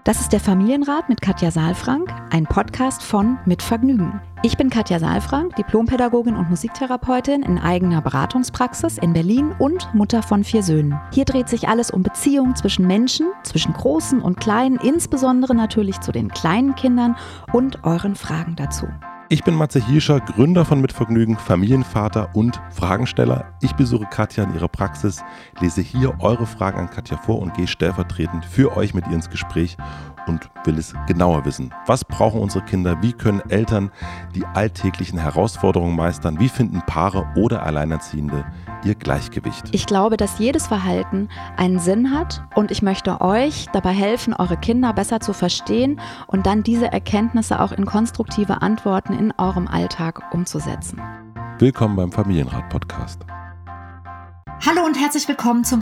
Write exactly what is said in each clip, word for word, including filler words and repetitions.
Das ist der Familienrat mit Katja Saalfrank, ein Podcast von Mit Vergnügen. Ich bin Katja Saalfrank, Diplompädagogin und Musiktherapeutin in eigener Beratungspraxis in Berlin und Mutter von vier Söhnen. Hier dreht sich alles um Beziehungen zwischen Menschen, zwischen Großen und Kleinen, insbesondere natürlich zu den kleinen Kindern und euren Fragen dazu. Ich bin Matze Hielscher, Gründer von Mit Vergnügen, Familienvater und Fragensteller. Ich besuche Katja in ihrer Praxis, lese hier eure Fragen an Katja vor und gehe stellvertretend für euch mit ihr ins Gespräch und will es genauer wissen. Was brauchen unsere Kinder? Wie können Eltern die alltäglichen Herausforderungen meistern? Wie finden Paare oder Alleinerziehende ihr Gleichgewicht? Ich glaube, dass jedes Verhalten einen Sinn hat und ich möchte euch dabei helfen, eure Kinder besser zu verstehen und dann diese Erkenntnisse auch in konstruktive Antworten in eurem Alltag umzusetzen. Willkommen beim Familienrat-Podcast. Hallo und herzlich willkommen zum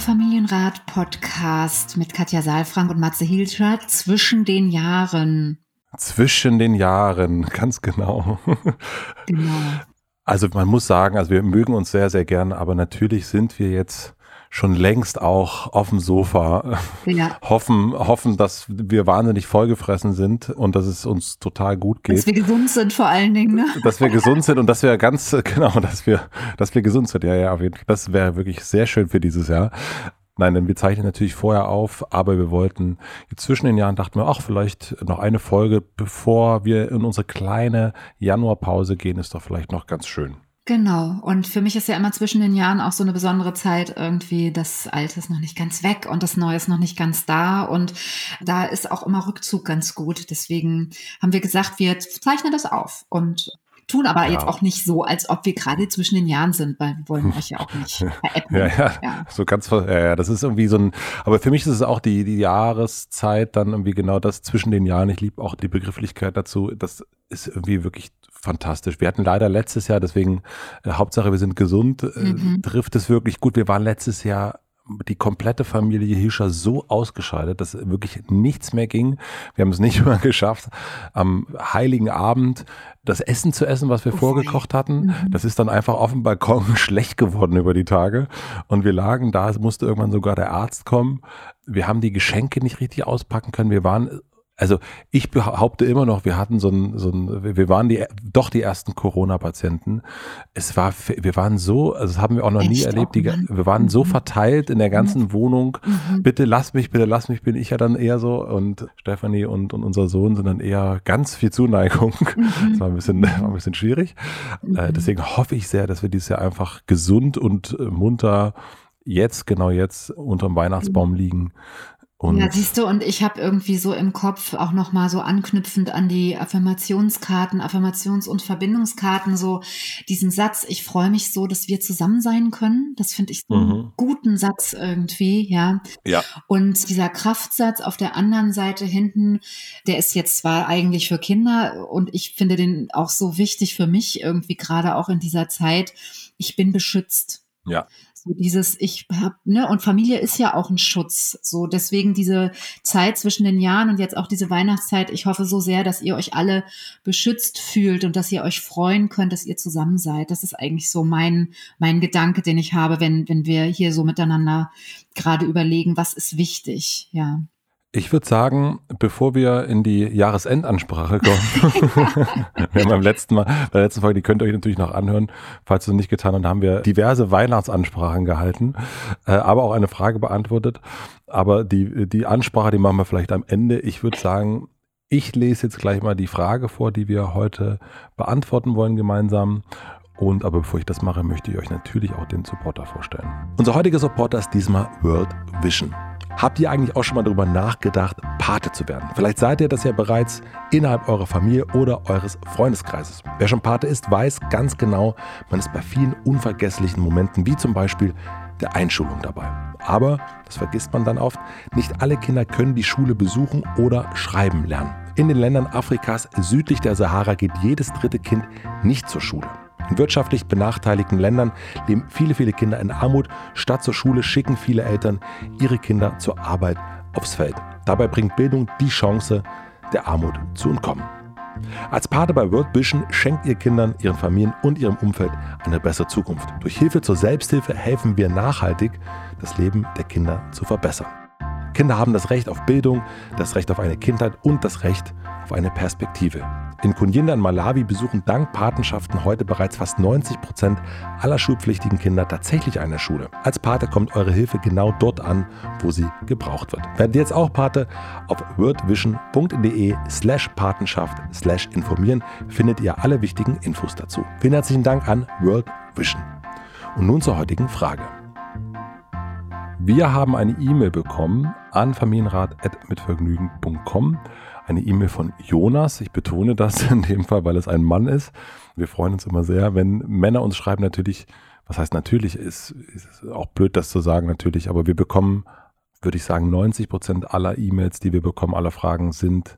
Familienrat-Podcast mit Katja Saalfrank und Matze Hielscher zwischen den Jahren. Zwischen den Jahren, ganz genau. Genau. Also man muss sagen, also wir mögen uns sehr, sehr gern, aber natürlich sind wir jetzt schon längst auch auf dem Sofa, ja. hoffen, hoffen, dass wir wahnsinnig vollgefressen sind und dass es uns total gut geht. Dass wir gesund sind vor allen Dingen, ne? Dass wir gesund sind und dass wir ganz, genau, dass wir, dass wir gesund sind. Ja, ja, auf jeden Fall. Das wäre wirklich sehr schön für dieses Jahr. Nein, denn wir zeichnen natürlich vorher auf, aber wir wollten jetzt zwischen den Jahren, dachten wir, ach, vielleicht noch eine Folge, bevor wir in unsere kleine Januarpause gehen, ist doch vielleicht noch ganz schön. Genau. Und für mich ist ja immer zwischen den Jahren auch so eine besondere Zeit irgendwie, das Alte ist noch nicht ganz weg und das Neue ist noch nicht ganz da. Und da ist auch immer Rückzug ganz gut. Deswegen haben wir gesagt, wir zeichnen das auf und tun aber ja. jetzt auch nicht so, als ob wir gerade zwischen den Jahren sind, weil wir wollen euch ja auch nicht veräppeln. Ja, ja, ja, so ganz, ja, ja, das ist irgendwie so ein, aber für mich ist es auch die, die Jahreszeit dann irgendwie genau das zwischen den Jahren. Ich liebe auch die Begrifflichkeit dazu. Das ist irgendwie wirklich fantastisch. Wir hatten leider letztes Jahr, deswegen äh, Hauptsache wir sind gesund, äh, mhm. trifft es wirklich gut. Wir waren letztes Jahr die komplette Familie Hielscher so ausgeschaltet, dass wirklich nichts mehr ging. Wir haben es nicht mehr geschafft, am Heiligen Abend das Essen zu essen, was wir oh, vorgekocht hatten. Mhm. Das ist dann einfach auf dem Balkon schlecht geworden über die Tage. Und wir lagen da, es musste irgendwann sogar der Arzt kommen. Wir haben die Geschenke nicht richtig auspacken können. Wir waren Also ich behaupte immer noch, wir hatten so ein, so ein, wir waren die, doch die ersten Corona-Patienten. Es war, wir waren so, also das haben wir auch noch Echt? nie erlebt, die, wir waren mhm. so verteilt in der ganzen mhm. Wohnung. Mhm. Bitte lass mich, bitte lass mich, bin ich ja dann eher so. Und Stefanie und, und unser Sohn sind dann eher ganz viel Zuneigung. Mhm. Das war ein bisschen, war ein bisschen schwierig. Mhm. Äh, deswegen hoffe ich sehr, dass wir dieses Jahr einfach gesund und munter jetzt, genau jetzt, unterm Weihnachtsbaum mhm. liegen. Und ja, siehst du, und ich habe irgendwie so im Kopf auch nochmal so anknüpfend an die Affirmationskarten, Affirmations- und Verbindungskarten, so diesen Satz, ich freue mich so, dass wir zusammen sein können. Das finde ich so mhm. einen guten Satz irgendwie, ja. ja. Und dieser Kraftsatz auf der anderen Seite hinten, der ist jetzt zwar eigentlich für Kinder und ich finde den auch so wichtig für mich irgendwie gerade auch in dieser Zeit, ich bin beschützt. Ja. So dieses, ich hab, ne, und Familie ist ja auch ein Schutz. So, deswegen diese Zeit zwischen den Jahren und jetzt auch diese Weihnachtszeit. Ich hoffe so sehr, dass ihr euch alle beschützt fühlt und dass ihr euch freuen könnt, dass ihr zusammen seid. Das ist eigentlich so mein, mein Gedanke, den ich habe, wenn, wenn wir hier so miteinander gerade überlegen, was ist wichtig, ja. Ich würde sagen, bevor wir in die Jahresendansprache kommen, wir haben beim letzten Mal, bei der letzten Folge, die könnt ihr euch natürlich noch anhören, falls ihr es nicht getan habt, haben wir diverse Weihnachtsansprachen gehalten, äh, aber auch eine Frage beantwortet. Aber die, die Ansprache, die machen wir vielleicht am Ende. Ich würde sagen, ich lese jetzt gleich mal die Frage vor, die wir heute beantworten wollen gemeinsam. Und aber bevor ich das mache, möchte ich euch natürlich auch den Supporter vorstellen. Unser heutiger Supporter ist diesmal World Vision. Habt ihr eigentlich auch schon mal darüber nachgedacht, Pate zu werden? Vielleicht seid ihr das ja bereits innerhalb eurer Familie oder eures Freundeskreises. Wer schon Pate ist, weiß ganz genau, man ist bei vielen unvergesslichen Momenten, wie zum Beispiel der Einschulung dabei. Aber, das vergisst man dann oft, nicht alle Kinder können die Schule besuchen oder schreiben lernen. In den Ländern Afrikas südlich der Sahara geht jedes dritte Kind nicht zur Schule. In wirtschaftlich benachteiligten Ländern leben viele, viele Kinder in Armut. Statt zur Schule schicken viele Eltern ihre Kinder zur Arbeit aufs Feld. Dabei bringt Bildung die Chance, der Armut zu entkommen. Als Pate bei World Vision schenkt ihr Kindern, ihren Familien und ihrem Umfeld eine bessere Zukunft. Durch Hilfe zur Selbsthilfe helfen wir nachhaltig, das Leben der Kinder zu verbessern. Kinder haben das Recht auf Bildung, das Recht auf eine Kindheit und das Recht auf eine Perspektive. In Kundinda in Malawi besuchen dank Patenschaften heute bereits fast neunzig Prozent aller schulpflichtigen Kinder tatsächlich eine Schule. Als Pate kommt eure Hilfe genau dort an, wo sie gebraucht wird. Werdet ihr jetzt auch Pate? Auf worldvision.de slash Patenschaft slash informieren findet ihr alle wichtigen Infos dazu. Vielen herzlichen Dank an World Vision. Und nun zur heutigen Frage. Wir haben eine E-Mail bekommen an familienrat at mitvergnügen punkt com. Eine E-Mail von Jonas. Ich betone das in dem Fall, weil es ein Mann ist. Wir freuen uns immer sehr, wenn Männer uns schreiben. Natürlich, was heißt natürlich, ist, ist auch blöd, das zu sagen natürlich, aber wir bekommen, würde ich sagen, neunzig Prozent aller E-Mails, die wir bekommen, aller Fragen sind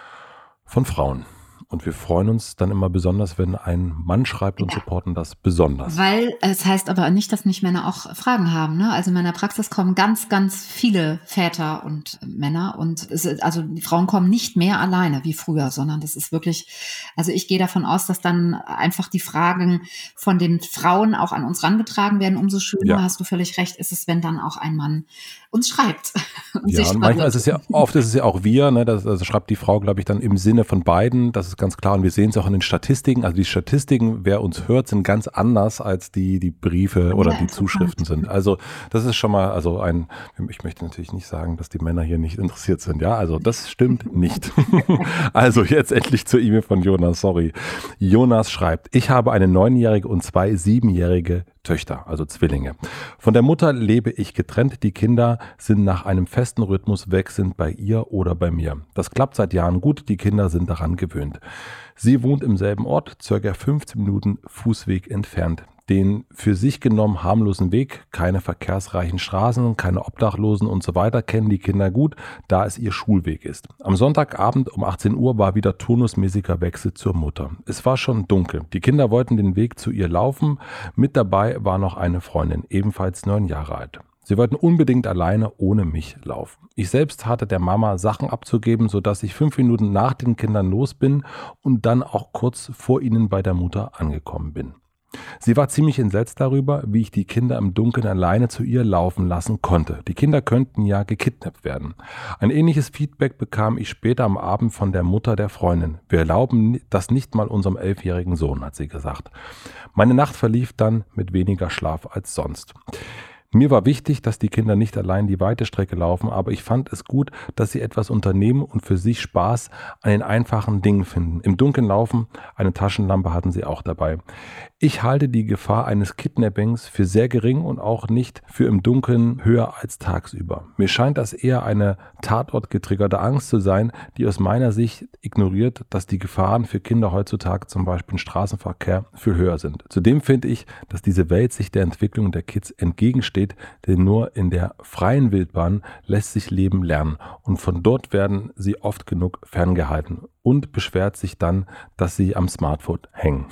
von Frauen. Und wir freuen uns dann immer besonders, wenn ein Mann schreibt und supporten das besonders. Weil es heißt aber nicht, dass nicht Männer auch Fragen haben. Ne? Also in meiner Praxis kommen ganz, ganz viele Väter und Männer. Und es ist, also die Frauen kommen nicht mehr alleine wie früher, sondern das ist wirklich, also ich gehe davon aus, dass dann einfach die Fragen von den Frauen auch an uns rangetragen werden. Umso schöner, ja. Hast du völlig recht, ist es, wenn dann auch ein Mann uns schreibt. Und ja, und manchmal ist es ja, oft ist es ja auch wir, ne, das, also schreibt die Frau, glaube ich, dann im Sinne von beiden, das ist ganz klar, und wir sehen es auch in den Statistiken, also die Statistiken, wer uns hört, sind ganz anders, als die, die Briefe oder ja, die Zuschriften sind. Also das ist schon mal, also ein, ich möchte natürlich nicht sagen, dass die Männer hier nicht interessiert sind, ja, also das stimmt nicht. Also jetzt endlich zur E-Mail von Jonas, sorry. Jonas schreibt, ich habe eine neunjährige und zwei siebenjährige Töchter, also Zwillinge. Von der Mutter lebe ich getrennt. Die Kinder sind nach einem festen Rhythmus weg, sind bei ihr oder bei mir. Das klappt seit Jahren gut, die Kinder sind daran gewöhnt. Sie wohnt im selben Ort, circa fünfzehn Minuten Fußweg entfernt. Den für sich genommen harmlosen Weg, keine verkehrsreichen Straßen, keine Obdachlosen und so weiter kennen die Kinder gut, da es ihr Schulweg ist. Am Sonntagabend um achtzehn Uhr war wieder turnusmäßiger Wechsel zur Mutter. Es war schon dunkel. Die Kinder wollten den Weg zu ihr laufen. Mit dabei war noch eine Freundin, ebenfalls neun Jahre alt. Sie wollten unbedingt alleine ohne mich laufen. Ich selbst hatte der Mama Sachen abzugeben, sodass ich fünf Minuten nach den Kindern los bin und dann auch kurz vor ihnen bei der Mutter angekommen bin. Sie war ziemlich entsetzt darüber, wie ich die Kinder im Dunkeln alleine zu ihr laufen lassen konnte. Die Kinder könnten ja gekidnappt werden. Ein ähnliches Feedback bekam ich später am Abend von der Mutter der Freundin. Wir erlauben das nicht mal unserem elfjährigen Sohn, hat sie gesagt. Meine Nacht verlief dann mit weniger Schlaf als sonst. Mir war wichtig, dass die Kinder nicht allein die weite Strecke laufen, aber ich fand es gut, dass sie etwas unternehmen und für sich Spaß an den einfachen Dingen finden. Im Dunkeln laufen, eine Taschenlampe hatten sie auch dabei. Ich halte die Gefahr eines Kidnappings für sehr gering und auch nicht für im Dunkeln höher als tagsüber. Mir scheint das eher eine tatortgetriggerte Angst zu sein, die aus meiner Sicht ignoriert, dass die Gefahren für Kinder heutzutage zum Beispiel im Straßenverkehr viel höher sind. Zudem finde ich, dass diese Welt sich der Entwicklung der Kids entgegensteht, denn nur in der freien Wildbahn lässt sich Leben lernen und von dort werden sie oft genug ferngehalten und beschwert sich dann, dass sie am Smartphone hängen.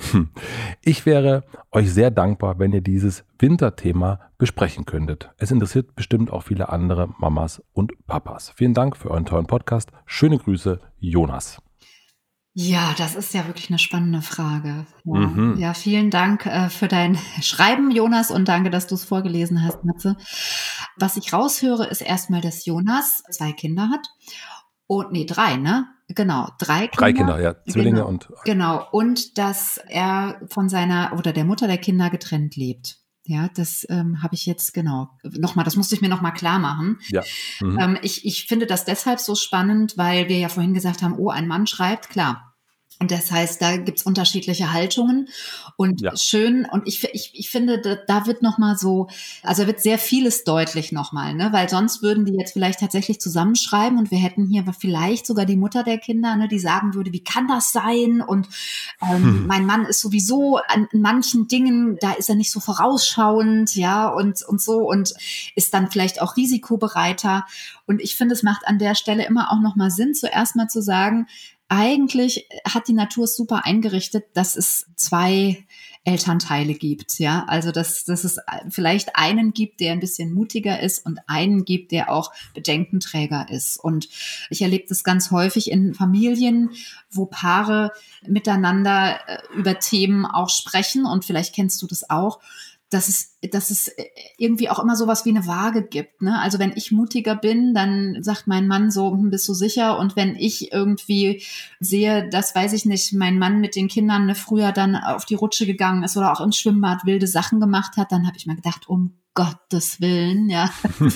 Ich wäre euch sehr dankbar, wenn ihr dieses Winterthema besprechen könntet. Es interessiert bestimmt auch viele andere Mamas und Papas. Vielen Dank für euren tollen Podcast. Schöne Grüße, Jonas. Ja, das ist ja wirklich eine spannende Frage. Ja, Mhm. ja vielen Dank äh, für dein Schreiben, Jonas, und danke, dass du es vorgelesen hast, Matze. Was ich raushöre, ist erstmal, dass Jonas zwei Kinder hat. Und nee, drei, ne? Genau, drei Kinder. Drei Kinder, ja, Zwillinge genau, und... Genau, und dass er von seiner oder der Mutter der Kinder getrennt lebt. Ja, das ähm, habe ich jetzt, genau, nochmal, das musste ich mir nochmal klar machen. Ja. Mhm. Ähm, ich, ich finde das deshalb so spannend, weil wir ja vorhin gesagt haben, oh, ein Mann schreibt, klar. Und das heißt, da gibt's unterschiedliche Haltungen und Ja. schön. Und ich, ich, ich finde, da, da wird nochmal so, also wird sehr vieles deutlich nochmal, ne? Weil sonst würden die jetzt vielleicht tatsächlich zusammenschreiben und wir hätten hier vielleicht sogar die Mutter der Kinder, ne, die sagen würde, wie kann das sein? Und ähm, hm. mein Mann ist sowieso an manchen Dingen, da ist er nicht so vorausschauend, ja, und, und so und ist dann vielleicht auch risikobereiter. Und ich finde, es macht an der Stelle immer auch nochmal Sinn, zuerst mal zu sagen, eigentlich hat die Natur es super eingerichtet, dass es zwei Elternteile gibt, ja, also dass, dass es vielleicht einen gibt, der ein bisschen mutiger ist und einen gibt, der auch Bedenkenträger ist. Und ich erlebe das ganz häufig in Familien, wo Paare miteinander über Themen auch sprechen und vielleicht kennst du das auch, dass es, dass es irgendwie auch immer sowas wie eine Waage gibt, ne? Also wenn ich mutiger bin, dann sagt mein Mann so, hm, bist du sicher? Und wenn ich irgendwie sehe, das weiß ich nicht, mein Mann mit den Kindern ne, früher dann auf die Rutsche gegangen ist oder auch im Schwimmbad wilde Sachen gemacht hat, dann habe ich mal gedacht, um Gottes Willen, ja.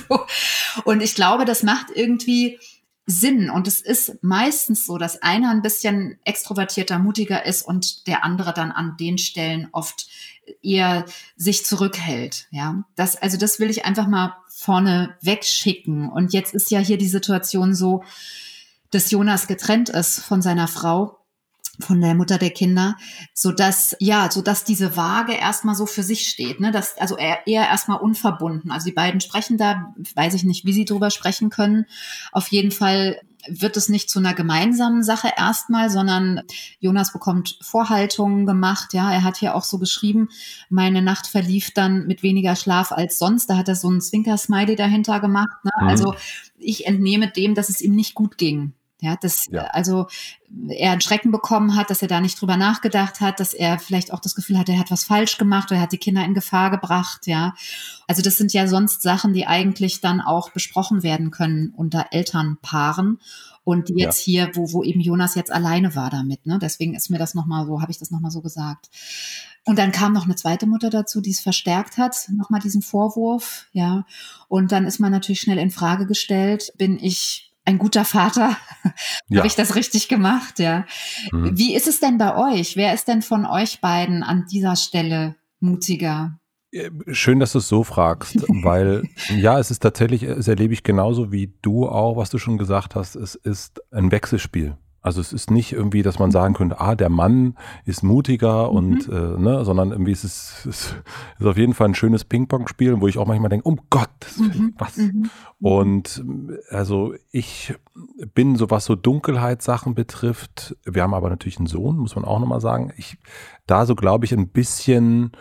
Und ich glaube, das macht irgendwie Sinn. Und es ist meistens so, dass einer ein bisschen extrovertierter, mutiger ist und der andere dann an den Stellen oft eher sich zurückhält. Ja, das, also das will ich einfach mal vorne wegschicken. Und jetzt ist ja hier die Situation so, dass Jonas getrennt ist von seiner Frau, von der Mutter der Kinder, so dass ja, so dass diese Waage erstmal so für sich steht, ne, dass also eher, eher erstmal unverbunden. Also die beiden sprechen da, weiß ich nicht, wie sie drüber sprechen können. Auf jeden Fall wird es nicht zu einer gemeinsamen Sache erstmal, sondern Jonas bekommt Vorhaltungen gemacht. Ja, er hat hier auch so geschrieben, meine Nacht verlief dann mit weniger Schlaf als sonst. Da hat er so einen Zwinker-Smiley dahinter gemacht. Ne? Mhm. Also ich entnehme dem, dass es ihm nicht gut ging. Ja, dass ja. also er einen Schrecken bekommen hat, dass er da nicht drüber nachgedacht hat, dass er vielleicht auch das Gefühl hat, er hat was falsch gemacht oder er hat die Kinder in Gefahr gebracht, ja. Also das sind ja sonst Sachen, die eigentlich dann auch besprochen werden können unter Elternpaaren und jetzt ja. hier, wo wo eben Jonas jetzt alleine war damit, ne? Deswegen ist mir das nochmal so, habe ich das nochmal so gesagt. Und dann kam noch eine zweite Mutter dazu, die es verstärkt hat, nochmal diesen Vorwurf, ja. Und dann ist man natürlich schnell in Frage gestellt, bin ich ein guter Vater? Ja. Habe ich das richtig gemacht? Ja. Mhm. Wie ist es denn bei euch? Wer ist denn von euch beiden an dieser Stelle mutiger? Schön, dass du es so fragst, weil ja, es ist tatsächlich, es erlebe ich genauso wie du auch, was du schon gesagt hast, es ist ein Wechselspiel. Also es ist nicht irgendwie, dass man sagen könnte, ah, der Mann ist mutiger mhm. und äh, ne, sondern irgendwie ist es ist, ist auf jeden Fall ein schönes Ping-Pong-Spiel, wo ich auch manchmal denke, um Gottes Willen, mhm. was? Mhm. Und also ich bin, so was so Dunkelheitssachen betrifft, wir haben aber natürlich einen Sohn, muss man auch nochmal sagen, ich da so glaube ich ein bisschen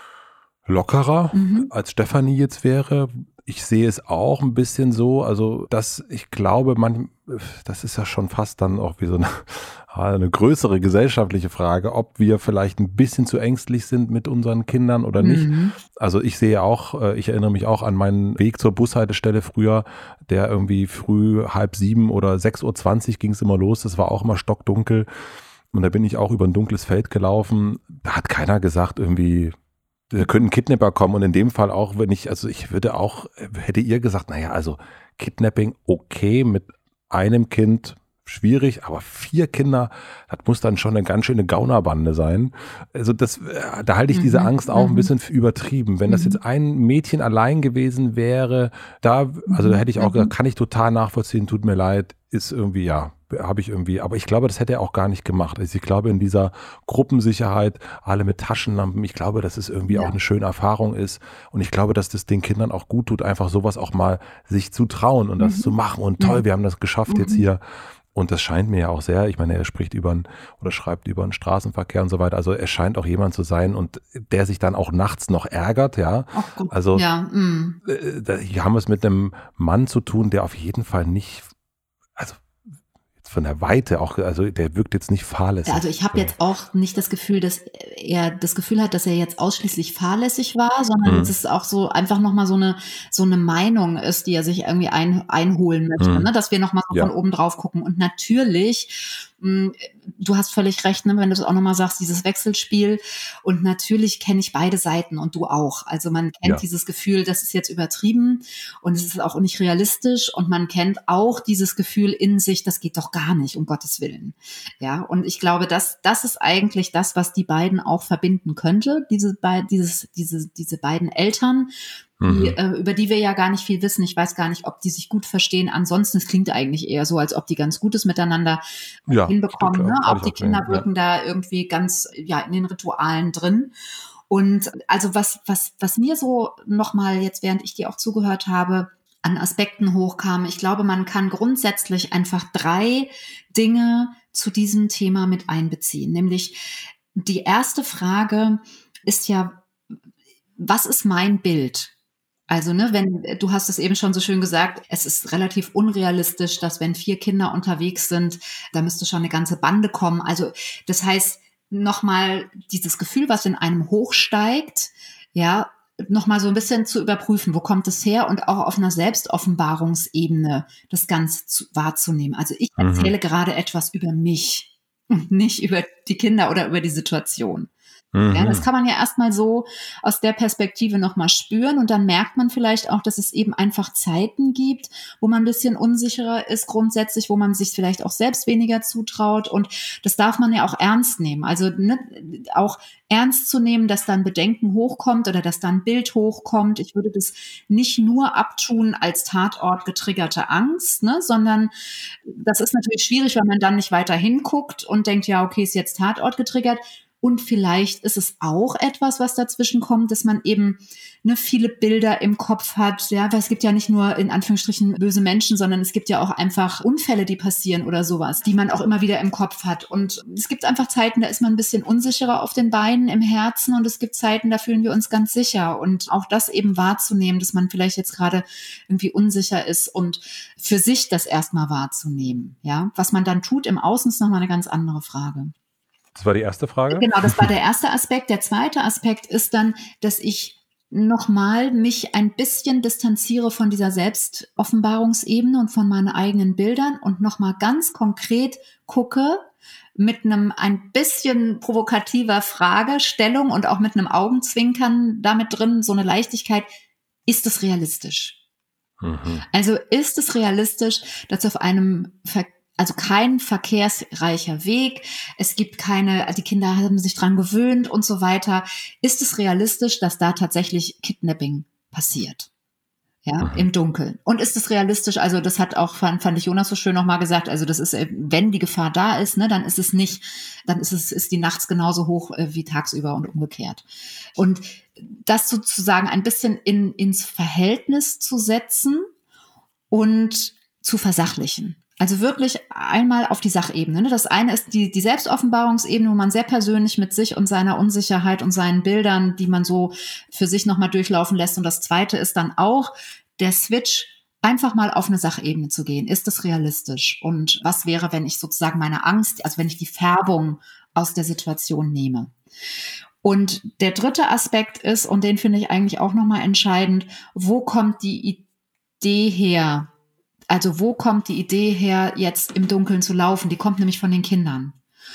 lockerer, mhm. als Stefanie jetzt wäre. Ich sehe es auch ein bisschen so, also dass ich glaube, man, das ist ja schon fast dann auch wie so eine, eine größere gesellschaftliche Frage, ob wir vielleicht ein bisschen zu ängstlich sind mit unseren Kindern oder nicht. Mhm. Also ich sehe auch, ich erinnere mich auch an meinen Weg zur Bushaltestelle früher, der irgendwie früh halb sieben oder sechs Uhr zwanzig ging es immer los, das war auch immer stockdunkel und da bin ich auch über ein dunkles Feld gelaufen. Da hat keiner gesagt irgendwie, da könnten Kidnapper kommen und in dem Fall auch, wenn ich, also ich würde auch, hätte ihr gesagt, naja, also Kidnapping okay, mit einem Kind schwierig, aber vier Kinder, das muss dann schon eine ganz schöne Gaunerbande sein. Also das, da halte ich diese mhm. Angst auch ein bisschen für übertrieben. Wenn mhm. das jetzt ein Mädchen allein gewesen wäre, da, also da hätte ich auch gesagt, kann ich total nachvollziehen, tut mir leid, ist irgendwie, ja, habe ich irgendwie, aber ich glaube, das hätte er auch gar nicht gemacht. Also ich glaube, in dieser Gruppensicherheit, alle mit Taschenlampen, ich glaube, dass es irgendwie ja. auch eine schöne Erfahrung ist und ich glaube, dass das den Kindern auch gut tut, einfach sowas auch mal sich zu trauen und das mhm. zu machen und toll, mhm. wir haben das geschafft mhm. jetzt hier. Und das scheint mir ja auch sehr, ich meine, er spricht über einen, oder schreibt über den Straßenverkehr und so weiter. Also er scheint auch jemand zu sein und der sich dann auch nachts noch ärgert, ja. Ach, gut. Also ja, mm. äh, hier haben wir es mit einem Mann zu tun, der auf jeden Fall nicht, also von der Weite auch, also der wirkt jetzt nicht fahrlässig. Also ich habe jetzt auch nicht das Gefühl, dass er das Gefühl hat, dass er jetzt ausschließlich fahrlässig war, sondern mhm. dass es auch so einfach nochmal so eine so eine Meinung ist, die er sich irgendwie ein, einholen möchte, mhm. ne? Dass wir nochmal so ja. von oben drauf gucken. Und natürlich, mh, du hast völlig recht, ne, wenn du es auch nochmal sagst, dieses Wechselspiel. Und natürlich kenne ich beide Seiten und du auch. Also man kennt ja. dieses Gefühl, das ist jetzt übertrieben und es ist auch nicht realistisch. Und man kennt auch dieses Gefühl in sich, das geht doch gar nicht, um Gottes Willen. Ja, und ich glaube, das, das ist eigentlich das, was die beiden auch verbinden könnte, diese, be- dieses, diese, diese beiden Eltern, die, mhm. äh, über die wir ja gar nicht viel wissen. Ich weiß gar nicht, ob die sich gut verstehen. Ansonsten, es klingt eigentlich eher so, als ob die ganz Gutes miteinander ja, hinbekommen. Stimmt, ne? Auch die Kinder sehen, wirken ja. da irgendwie ganz ja in den Ritualen drin. Und also was, was, was mir so nochmal jetzt, während ich dir auch zugehört habe, an Aspekten hochkam. Ich glaube, man kann grundsätzlich einfach drei Dinge zu diesem Thema mit einbeziehen. Nämlich die erste Frage ist ja, was ist mein Bild? Also, ne, wenn, du hast es eben schon so schön gesagt, es ist relativ unrealistisch, dass wenn vier Kinder unterwegs sind, da müsste schon eine ganze Bande kommen. Also, das heißt, nochmal dieses Gefühl, was in einem hochsteigt, ja, nochmal so ein bisschen zu überprüfen, wo kommt es her und auch auf einer Selbstoffenbarungsebene das Ganze zu, wahrzunehmen. Also ich erzähle Mhm. gerade etwas über mich und nicht über die Kinder oder über die Situation. Ja, das Mhm. kann man ja erstmal so aus der Perspektive nochmal spüren und dann merkt man vielleicht auch, dass es eben einfach Zeiten gibt, wo man ein bisschen unsicherer ist grundsätzlich, wo man sich vielleicht auch selbst weniger zutraut und das darf man ja auch ernst nehmen. Also ne, auch ernst zu nehmen, dass dann Bedenken hochkommt oder dass dann ein Bild hochkommt. Ich würde das nicht nur abtun als Tatort getriggerte Angst, ne, sondern das ist natürlich schwierig, weil man dann nicht weiter hinguckt und denkt, ja, okay, ist jetzt Tatort getriggert. Und vielleicht ist es auch etwas, was dazwischen kommt, dass man eben ne, viele Bilder im Kopf hat. Ja, weil es gibt ja nicht nur in Anführungsstrichen böse Menschen, sondern es gibt ja auch einfach Unfälle, die passieren oder sowas, die man auch immer wieder im Kopf hat. Und es gibt einfach Zeiten, da ist man ein bisschen unsicherer auf den Beinen, im Herzen. Und es gibt Zeiten, da fühlen wir uns ganz sicher. Und auch das eben wahrzunehmen, dass man vielleicht jetzt gerade irgendwie unsicher ist und für sich das erstmal wahrzunehmen. Ja, was man dann tut im Außen ist nochmal eine ganz andere Frage. Das war die erste Frage? Genau, das war der erste Aspekt. Der zweite Aspekt ist dann, dass ich nochmal mich ein bisschen distanziere von dieser Selbstoffenbarungsebene und von meinen eigenen Bildern und nochmal ganz konkret gucke mit einem ein bisschen provokativer Fragestellung und auch mit einem Augenzwinkern damit drin, so eine Leichtigkeit, ist es realistisch? Mhm. Also ist es realistisch, dass auf einem Ver Also kein verkehrsreicher Weg, es gibt keine, die Kinder haben sich dran gewöhnt und so weiter. Ist es realistisch, dass da tatsächlich Kidnapping passiert? Ja, Mhm. im Dunkeln. Und ist es realistisch, also das hat auch, fand, fand ich Jonas so schön nochmal gesagt, also das ist, wenn die Gefahr da ist, ne, dann ist es nicht, dann ist es, ist die nachts genauso hoch äh, wie tagsüber und umgekehrt. Und das sozusagen ein bisschen in, ins Verhältnis zu setzen und zu versachlichen. Also wirklich einmal auf die Sachebene. Das eine ist die, die Selbstoffenbarungsebene, wo man sehr persönlich mit sich und seiner Unsicherheit und seinen Bildern, die man so für sich nochmal durchlaufen lässt. Und das zweite ist dann auch der Switch, einfach mal auf eine Sachebene zu gehen. Ist das realistisch? Und was wäre, wenn ich sozusagen meine Angst, also wenn ich die Färbung aus der Situation nehme? Und der dritte Aspekt ist, und den finde ich eigentlich auch nochmal entscheidend, wo kommt die Idee her? Also wo kommt die Idee her, jetzt im Dunkeln zu laufen? Die kommt nämlich von den Kindern.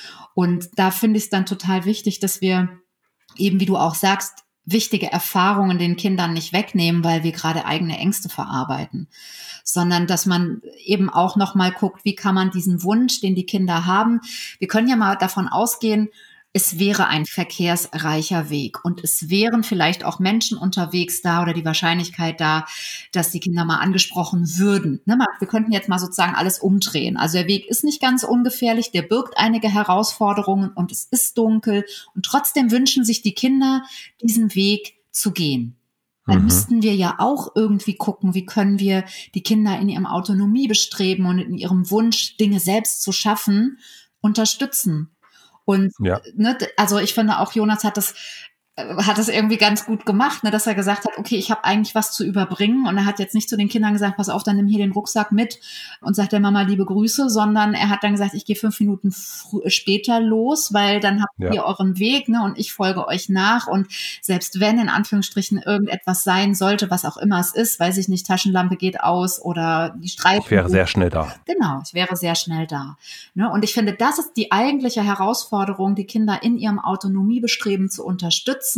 Und da finde ich es dann total wichtig, dass wir eben, wie du auch sagst, wichtige Erfahrungen den Kindern nicht wegnehmen, weil wir gerade eigene Ängste verarbeiten, sondern dass man eben auch noch mal guckt, wie kann man diesen Wunsch, den die Kinder haben, wir können ja mal davon ausgehen, es wäre ein verkehrsreicher Weg und es wären vielleicht auch Menschen unterwegs da oder die Wahrscheinlichkeit da, dass die Kinder mal angesprochen würden. Ne, wir könnten jetzt mal sozusagen alles umdrehen. Also der Weg ist nicht ganz ungefährlich, der birgt einige Herausforderungen und es ist dunkel und trotzdem wünschen sich die Kinder, diesen Weg zu gehen. Dann Mhm. müssten wir ja auch irgendwie gucken, wie können wir die Kinder in ihrem Autonomie bestreben und in ihrem Wunsch, Dinge selbst zu schaffen, unterstützen. Und Ja. ne, also ich finde auch, Jonas hat das, hat das irgendwie ganz gut gemacht, ne, dass er gesagt hat, okay, ich habe eigentlich was zu überbringen und er hat jetzt nicht zu den Kindern gesagt, pass auf, dann nimm hier den Rucksack mit und sagt der Mama liebe Grüße, sondern er hat dann gesagt, ich gehe fünf Minuten fr- später los, weil dann habt Ja. ihr euren Weg, ne, und ich folge euch nach und selbst wenn in Anführungsstrichen irgendetwas sein sollte, was auch immer es ist, weiß ich nicht, Taschenlampe geht aus oder die Streifen. Ich wäre sehr schnell da. Genau, ich wäre sehr schnell da. Ne? Und ich finde, das ist die eigentliche Herausforderung, die Kinder in ihrem Autonomiebestreben zu unterstützen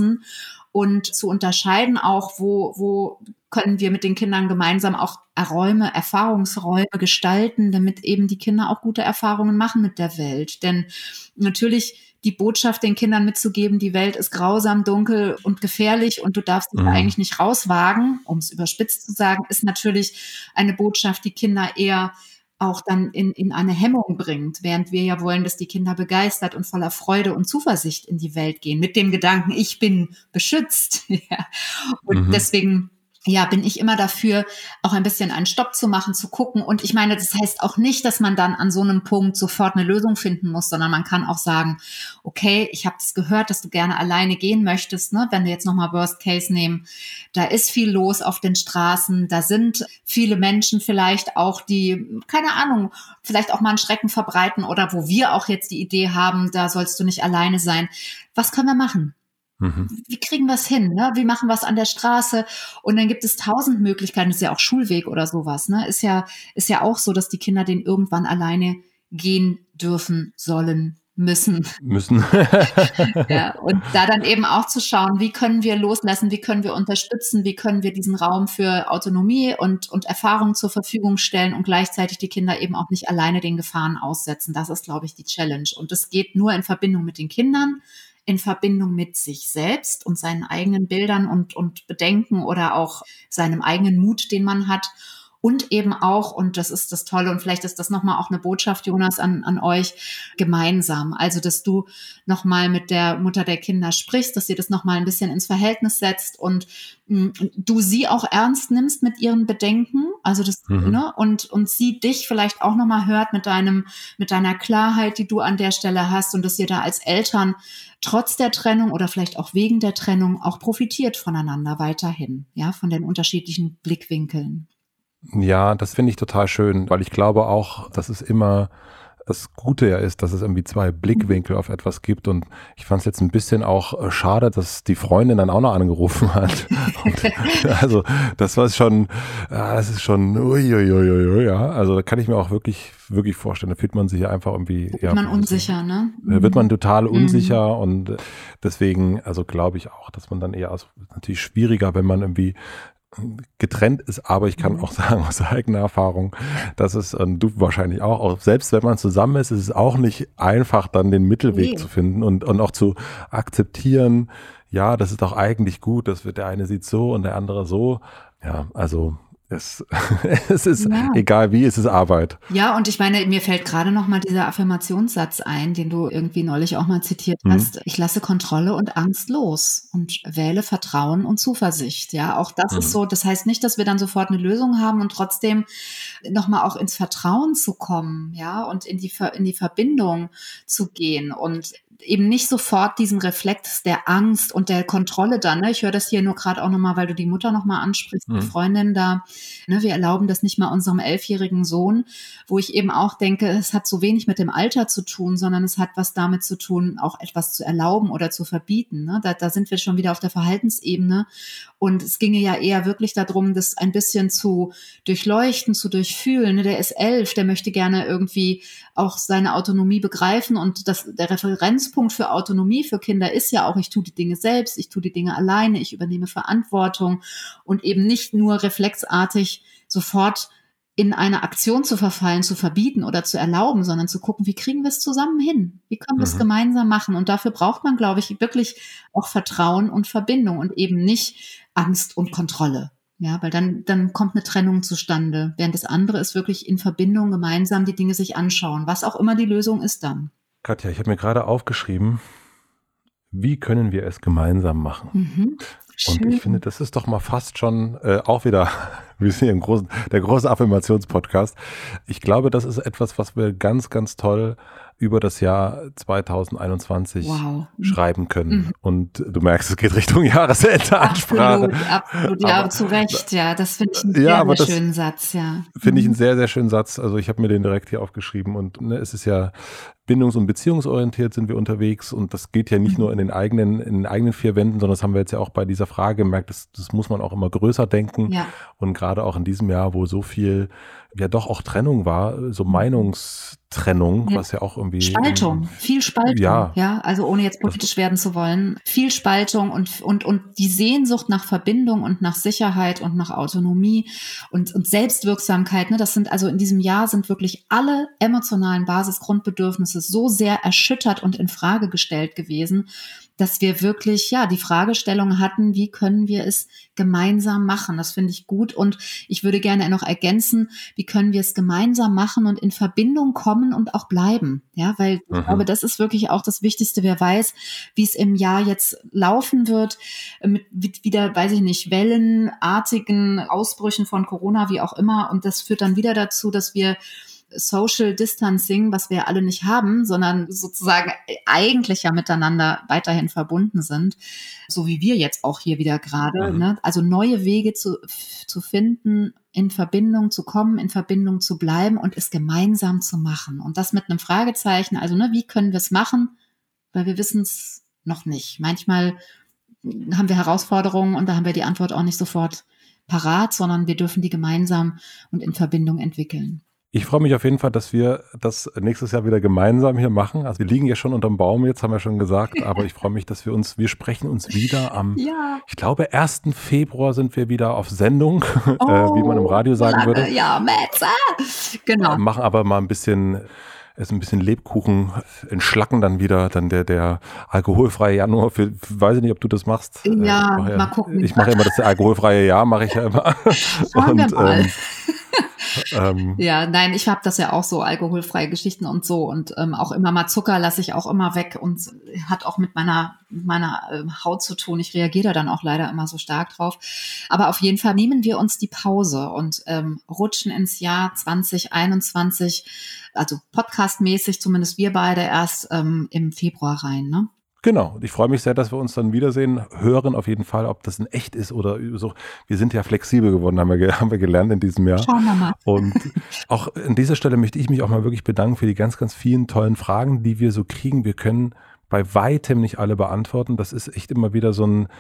und zu unterscheiden auch, wo, wo können wir mit den Kindern gemeinsam auch Räume, Erfahrungsräume gestalten, damit eben die Kinder auch gute Erfahrungen machen mit der Welt. Denn natürlich die Botschaft den Kindern mitzugeben, die Welt ist grausam, dunkel und gefährlich und du darfst dich Mhm. da eigentlich nicht rauswagen, um es überspitzt zu sagen, ist natürlich eine Botschaft, die Kinder eher auch dann in, in eine Hemmung bringt, während wir ja wollen, dass die Kinder begeistert und voller Freude und Zuversicht in die Welt gehen, mit dem Gedanken, ich bin beschützt. Ja. Und Mhm. deswegen ja, bin ich immer dafür, auch ein bisschen einen Stopp zu machen, zu gucken. Und ich meine, das heißt auch nicht, dass man dann an so einem Punkt sofort eine Lösung finden muss, sondern man kann auch sagen, okay, ich habe das gehört, dass du gerne alleine gehen möchtest, ne? Wenn wir jetzt nochmal Worst Case nehmen, da ist viel los auf den Straßen, da sind viele Menschen vielleicht auch, die, keine Ahnung, vielleicht auch mal einen Schrecken verbreiten oder wo wir auch jetzt die Idee haben, da sollst du nicht alleine sein. Was können wir machen? Mhm. Wie kriegen wir es hin? Ne? Wie machen wir es an der Straße? Und dann gibt es tausend Möglichkeiten. Das ist ja auch Schulweg oder sowas. Ne? Ist ja, ist ja auch so, dass die Kinder den irgendwann alleine gehen dürfen, sollen, müssen. Müssen. Ja, und da dann eben auch zu schauen, wie können wir loslassen, wie können wir unterstützen, wie können wir diesen Raum für Autonomie und, und Erfahrung zur Verfügung stellen und gleichzeitig die Kinder eben auch nicht alleine den Gefahren aussetzen. Das ist, glaube ich, die Challenge. Und das geht nur in Verbindung mit den Kindern, in Verbindung mit sich selbst und seinen eigenen Bildern und, und Bedenken oder auch seinem eigenen Mut, den man hat. Und eben auch, und das ist das Tolle, und vielleicht ist das nochmal auch eine Botschaft, Jonas, an, an euch, gemeinsam. Also, dass du nochmal mit der Mutter der Kinder sprichst, dass ihr das nochmal ein bisschen ins Verhältnis setzt und mh, du sie auch ernst nimmst mit ihren Bedenken. Also, das, Mhm. ne, und, und sie dich vielleicht auch nochmal hört mit deinem, mit deiner Klarheit, die du an der Stelle hast und dass ihr da als Eltern trotz der Trennung oder vielleicht auch wegen der Trennung auch profitiert voneinander weiterhin, ja, von den unterschiedlichen Blickwinkeln. Ja, das finde ich total schön, weil ich glaube auch, dass es immer das Gute ja ist, dass es irgendwie zwei Blickwinkel auf etwas gibt und ich fand es jetzt ein bisschen auch schade, dass die Freundin dann auch noch angerufen hat. Und, also das war schon, ja, das ist schon, uiuiuiui, ja, also da kann ich mir auch wirklich, wirklich vorstellen, da fühlt man sich ja einfach irgendwie, Wird ja, man unsicher, ne? Da wird man total Mhm. unsicher und deswegen, also glaube ich auch, dass man dann eher, also natürlich schwieriger, wenn man irgendwie getrennt ist, aber ich kann Mhm. auch sagen aus eigener Erfahrung, dass es, und du wahrscheinlich auch, auch selbst wenn man zusammen ist, ist es auch nicht einfach, dann den Mittelweg Nee. zu finden und, und auch zu akzeptieren, ja, das ist doch eigentlich gut, das wird der eine sieht so und der andere so. Ja, also es, es ist Ja. egal wie, es ist Arbeit. Ja, und ich meine, mir fällt gerade noch mal dieser Affirmationssatz ein, den du irgendwie neulich auch mal zitiert Mhm. hast. Ich lasse Kontrolle und Angst los und wähle Vertrauen und Zuversicht. Ja, auch das Mhm. ist so. Das heißt nicht, dass wir dann sofort eine Lösung haben und trotzdem noch mal auch ins Vertrauen zu kommen, ja, und in die Ver- in die Verbindung zu gehen und eben nicht sofort diesen Reflex der Angst und der Kontrolle dann. Ne? Ich höre das hier nur gerade auch noch mal, weil du die Mutter noch mal ansprichst, die Mhm. Freundin da. Ne, wir erlauben das nicht mal unserem elfjährigen Sohn, wo ich eben auch denke, es hat so wenig mit dem Alter zu tun, sondern es hat was damit zu tun, auch etwas zu erlauben oder zu verbieten. Ne? Da, da sind wir schon wieder auf der Verhaltensebene. Und es ginge ja eher wirklich darum, das ein bisschen zu durchleuchten, zu durchfühlen. Ne? Der ist elf, der möchte gerne irgendwie auch seine Autonomie begreifen. Und das, der Referenzpunkt für Autonomie für Kinder ist ja auch, ich tue die Dinge selbst, ich tue die Dinge alleine, ich übernehme Verantwortung und eben nicht nur reflexartig sofort in eine Aktion zu verfallen, zu verbieten oder zu erlauben, sondern zu gucken, wie kriegen wir es zusammen hin? Wie können wir es Mhm. gemeinsam machen? Und dafür braucht man, glaube ich, wirklich auch Vertrauen und Verbindung und eben nicht Angst und Kontrolle. Ja, weil dann, dann kommt eine Trennung zustande. Während das andere ist wirklich in Verbindung gemeinsam die Dinge sich anschauen, was auch immer die Lösung ist dann. Katja, ich habe mir gerade aufgeschrieben, wie können wir es gemeinsam machen? Mhm. Und Schön. ich finde, das ist doch mal fast schon äh, auch wieder, wir sind hier im großen, der große Affirmationspodcast. Ich glaube, das ist etwas, was wir ganz, ganz toll über das Jahr zwanzig einundzwanzig Wow. schreiben können. Mhm. Und du merkst, es geht Richtung Jahresende-Ansprache. Absolut, absolut, ja, Aber- zu Recht, ja, das finde ich einen Ja, sehr, aber sehr das- schönen Satz, ja. Finde ich einen Mhm. sehr, sehr schönen Satz. Also ich habe mir den direkt hier aufgeschrieben und ne, es ist ja bindungs- und beziehungsorientiert sind wir unterwegs und das geht ja nicht Mhm. nur in den eigenen, in den eigenen vier Wänden, sondern das haben wir jetzt ja auch bei dieser Frage gemerkt, das, das muss man auch immer größer denken Ja, und gerade auch in diesem Jahr, wo so viel ja doch auch Trennung war, so Meinungstrennung, Ja. was ja auch irgendwie Spaltung, viel Spaltung, Ja. ja, also ohne jetzt politisch werden zu wollen, viel Spaltung und, und, und die Sehnsucht nach Verbindung und nach Sicherheit und nach Autonomie und, und Selbstwirksamkeit, ne, das sind also in diesem Jahr sind wirklich alle emotionalen Basisgrundbedürfnisse so sehr erschüttert und in Frage gestellt gewesen, dass wir wirklich, ja, die Fragestellung hatten, wie können wir es gemeinsam machen? Das finde ich gut und ich würde gerne noch ergänzen, wie können wir es gemeinsam machen und in Verbindung kommen und auch bleiben? Ja, weil ich Mhm. glaube, das ist wirklich auch das Wichtigste. Wer weiß, wie es im Jahr jetzt laufen wird, mit, mit wieder, weiß ich nicht, wellenartigen Ausbrüchen von Corona, wie auch immer. Und das führt dann wieder dazu, dass wir Social Distancing, was wir alle nicht haben, sondern sozusagen eigentlich ja miteinander weiterhin verbunden sind, so wie wir jetzt auch hier wieder gerade. Mhm. Ne? Also neue Wege zu, zu finden, in Verbindung zu kommen, in Verbindung zu bleiben und es gemeinsam zu machen. Und das mit einem Fragezeichen, also ne, wie können wir es machen? Weil wir wissen es noch nicht. Manchmal haben wir Herausforderungen und da haben wir die Antwort auch nicht sofort parat, sondern wir dürfen die gemeinsam und in Verbindung entwickeln. Ich freue mich auf jeden Fall, dass wir das nächstes Jahr wieder gemeinsam hier machen. Also wir liegen ja schon unterm Baum jetzt, haben wir schon gesagt, aber ich freue mich, dass wir uns, wir sprechen uns wieder am, ja. ich glaube, ersten Februar sind wir wieder auf Sendung, oh, äh, wie man im Radio sagen lange, würde. Ja, Metze. Genau. Äh, machen aber mal ein bisschen, ist ein bisschen Lebkuchen, entschlacken dann wieder, dann der, der alkoholfreie Januar, für, weiß ich nicht, ob du das machst. Ja, äh, ja mal gucken. Ich mache immer das alkoholfreie Jahr, mache ich ja immer. Schauen wir Und, mal. Ähm, Ähm, ja, nein, ich habe das ja auch so, alkoholfreie Geschichten und so und ähm, auch immer mal Zucker lasse ich auch immer weg und hat auch mit meiner, meiner äh, Haut zu tun. Ich reagiere da dann auch leider immer so stark drauf. Aber auf jeden Fall nehmen wir uns die Pause und ähm, rutschen ins Jahr zwanzig einundzwanzig, also podcastmäßig zumindest wir beide erst ähm, im Februar rein, ne? Genau, ich freue mich sehr, dass wir uns dann wiedersehen, hören auf jeden Fall, ob das in echt ist oder so. Wir sind ja flexibel geworden, haben wir, haben wir gelernt in diesem Jahr. Schauen wir mal. Und auch an dieser Stelle möchte ich mich auch mal wirklich bedanken für die ganz, ganz vielen tollen Fragen, die wir so kriegen. Wir können bei weitem nicht alle beantworten. Das ist echt immer wieder so ein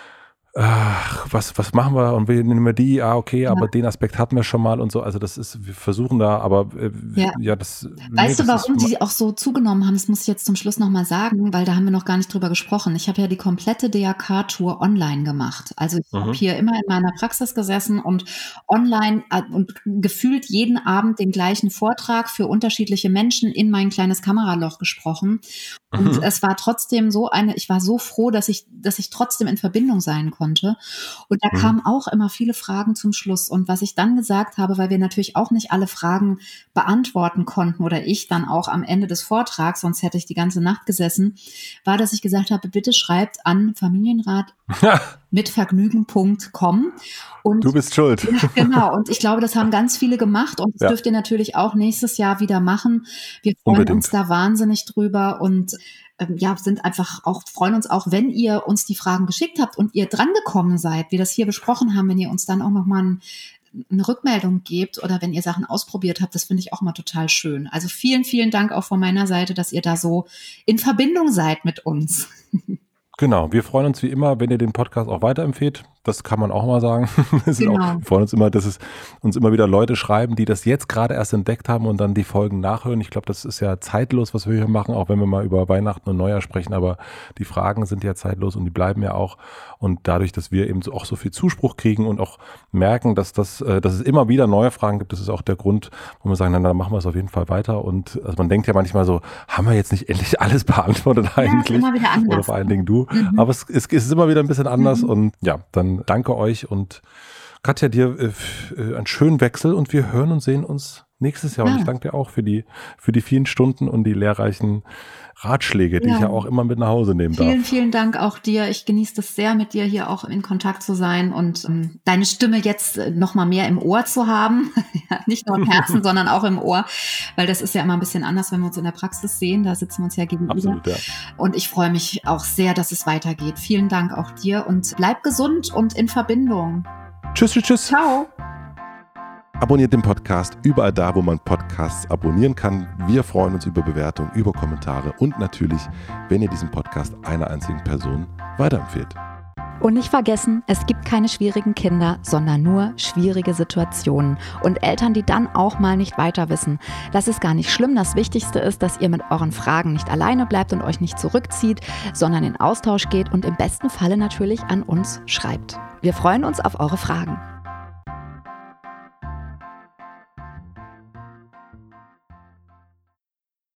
Ach, was, was machen wir und wir nehmen wir die, ah, okay, ja. aber den Aspekt hatten wir schon mal und so, also das ist, wir versuchen da, aber äh, ja. ja, das. Weißt nee, du, das warum ist, die auch so zugenommen haben, das muss ich jetzt zum Schluss nochmal sagen, weil da haben wir noch gar nicht drüber gesprochen. Ich habe ja die komplette D A K-Tour online gemacht, also ich mhm. habe hier immer in meiner Praxis gesessen und online äh, und gefühlt jeden Abend den gleichen Vortrag für unterschiedliche Menschen in mein kleines Kameraloch gesprochen und mhm. es war trotzdem so eine, ich war so froh, dass ich, dass ich trotzdem in Verbindung sein konnte. Konnte. Und da mhm. kamen auch immer viele Fragen zum Schluss. Und was ich dann gesagt habe, weil wir natürlich auch nicht alle Fragen beantworten konnten oder ich dann auch am Ende des Vortrags, sonst hätte ich die ganze Nacht gesessen, war, dass ich gesagt habe, bitte schreibt an familienrat mit vergnügen punkt com. Und du bist schuld. Ja, genau. Und ich glaube, das haben ganz viele gemacht. Und das ja. dürft ihr natürlich auch nächstes Jahr wieder machen. Wir freuen Unbedingt. uns da wahnsinnig drüber und ja, sind einfach auch, freuen uns auch, wenn ihr uns die Fragen geschickt habt und ihr drangekommen seid, wir das hier besprochen haben, wenn ihr uns dann auch nochmal ein, eine Rückmeldung gebt oder wenn ihr Sachen ausprobiert habt, das finde ich auch mal total schön. Also vielen, vielen Dank auch von meiner Seite, dass ihr da so in Verbindung seid mit uns. Genau, wir freuen uns wie immer, wenn ihr den Podcast auch weiterempfehlt. Das kann man auch mal sagen. Wir, genau. auch, wir freuen uns immer, dass es uns immer wieder Leute schreiben, die das jetzt gerade erst entdeckt haben und dann die Folgen nachhören. Ich glaube, das ist ja zeitlos, was wir hier machen, auch wenn wir mal über Weihnachten und Neujahr sprechen. Aber die Fragen sind ja zeitlos und die bleiben ja auch. Und dadurch, dass wir eben so auch so viel Zuspruch kriegen und auch merken, dass, das, dass es immer wieder neue Fragen gibt, das ist auch der Grund, wo wir sagen, na, dann machen wir es auf jeden Fall weiter. Und also man denkt ja manchmal so, haben wir jetzt nicht endlich alles beantwortet eigentlich? Ja, immer wieder anders. Oder vor allen Dingen du. Mhm. Aber es, es, es ist immer wieder ein bisschen anders. Mhm. Und ja, dann danke euch und Katja, dir äh, einen schönen Wechsel und wir hören und sehen uns nächstes Jahr. Ja. Und ich danke dir auch für die, für die vielen Stunden und die lehrreichen Ratschläge, die ja. ich ja auch immer mit nach Hause nehmen vielen, darf. Vielen, vielen Dank auch dir. Ich genieße das sehr, mit dir hier auch in Kontakt zu sein und ähm, deine Stimme jetzt noch mal mehr im Ohr zu haben. Nicht nur im Herzen, sondern auch im Ohr, weil das ist ja immer ein bisschen anders, wenn wir uns in der Praxis sehen. Da sitzen wir uns ja gegenüber. Absolut, ja. Und ich freue mich auch sehr, dass es weitergeht. Vielen Dank auch dir und bleib gesund und in Verbindung. Tschüss, tschüss, tschüss. Ciao. Abonniert den Podcast überall da, wo man Podcasts abonnieren kann. Wir freuen uns über Bewertungen, über Kommentare und natürlich, wenn ihr diesen Podcast einer einzigen Person weiterempfehlt. Und nicht vergessen, es gibt keine schwierigen Kinder, sondern nur schwierige Situationen. Und Eltern, die dann auch mal nicht weiter wissen. Das ist gar nicht schlimm. Das Wichtigste ist, dass ihr mit euren Fragen nicht alleine bleibt und euch nicht zurückzieht, sondern in Austausch geht und im besten Falle natürlich an uns schreibt. Wir freuen uns auf eure Fragen.